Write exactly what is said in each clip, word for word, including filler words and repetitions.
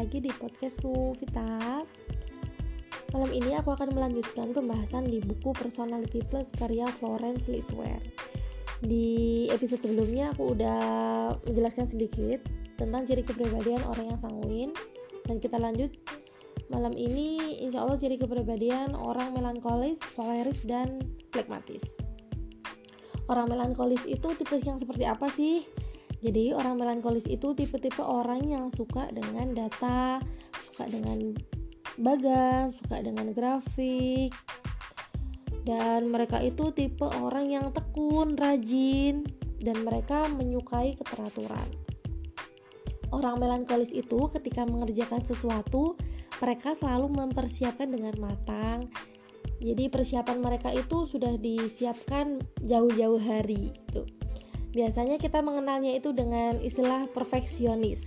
lagi di podcastku Vita. Malam ini aku akan melanjutkan pembahasan di buku Personality Plus karya Florence Littwer. Di episode sebelumnya aku udah menjelaskan sedikit tentang ciri kepribadian orang yang sanguin. Dan kita lanjut malam ini, insya Allah ciri kepribadian orang melankolis, koleris, dan flegmatis. Orang melankolis itu tipe yang seperti apa sih? Jadi orang melankolis itu tipe-tipe orang yang suka dengan data, suka dengan bagan, suka dengan grafik, dan mereka itu tipe orang yang tekun, rajin, dan mereka menyukai keteraturan. Orang melankolis itu ketika mengerjakan sesuatu, mereka selalu mempersiapkan dengan matang. Jadi persiapan mereka itu sudah disiapkan jauh-jauh hari gitu. Biasanya kita mengenalnya itu dengan istilah perfeksionis.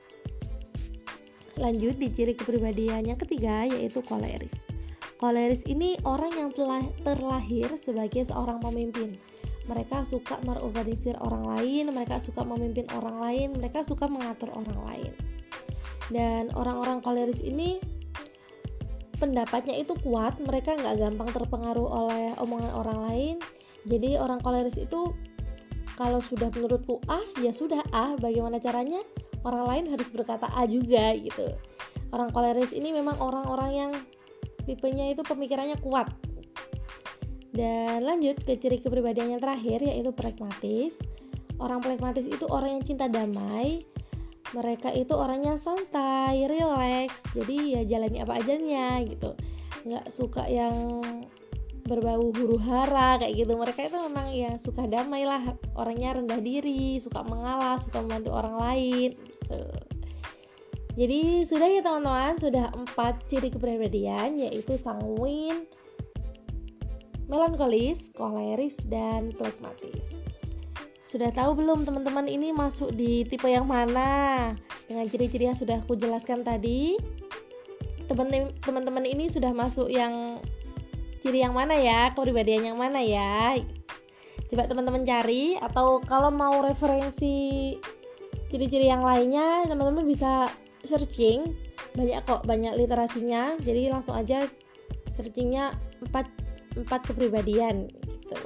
Lanjut di ciri kepribadian yang ketiga, yaitu koleris. Koleris ini orang yang telah terlahir sebagai seorang pemimpin. Mereka suka mengorganisir orang lain, mereka suka memimpin orang lain, mereka suka mengatur orang lain. Dan orang-orang koleris ini pendapatnya itu kuat, mereka nggak gampang terpengaruh oleh omongan orang lain. Jadi orang koleris itu kalau sudah menurutku A, ya sudah A. Bagaimana caranya? Orang lain harus berkata A juga gitu. Orang koleris ini memang orang-orang yang tipenya itu pemikirannya kuat. Dan lanjut ke ciri kepribadian yang terakhir, yaitu pragmatis. Orang pragmatis itu orang yang cinta damai. Mereka itu orangnya santai, rileks. Jadi ya jalani apa adanya gitu. Nggak suka yang berbau huru hara kayak gitu. Mereka itu memang ya suka damai lah, orangnya rendah diri, suka mengalah, suka membantu orang lain gitu. Jadi sudah ya teman-teman, sudah empat ciri kepribadian, yaitu sanguin, melankolis, koleris, dan flegmatis. Sudah tahu belum teman-teman ini masuk di tipe yang mana dengan ciri-ciri yang sudah aku jelaskan tadi? Teman-teman ini sudah masuk yang ciri yang mana ya, kepribadian yang mana ya? Coba teman-teman cari, atau kalau mau referensi ciri-ciri yang lainnya, teman-teman bisa searching, banyak kok, banyak literasinya. Jadi langsung aja searchingnya empat empat kepribadian gitu.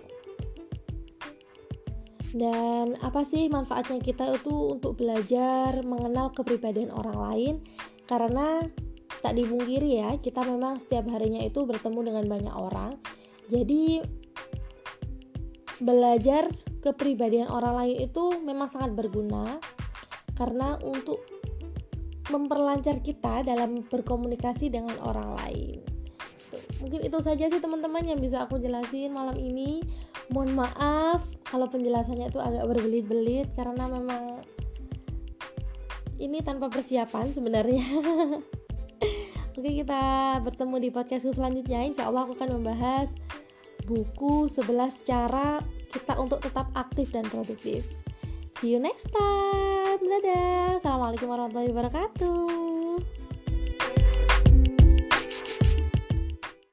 Dan apa sih manfaatnya kita itu untuk belajar mengenal kepribadian orang lain? Karena tak dipungkiri ya, kita memang setiap harinya itu bertemu dengan banyak orang. Jadi belajar kepribadian orang lain itu memang sangat berguna, karena untuk memperlancar kita dalam berkomunikasi dengan orang lain. Mungkin itu saja sih teman-teman yang bisa aku jelasin malam ini. Mohon maaf kalau penjelasannya itu agak berbelit-belit, karena memang ini tanpa persiapan sebenarnya. Oke, kita bertemu di podcastku selanjutnya. Insya Allah aku akan membahas buku sebelas cara kita untuk tetap aktif dan produktif. See you next time. Dadah. Assalamualaikum warahmatullahi wabarakatuh.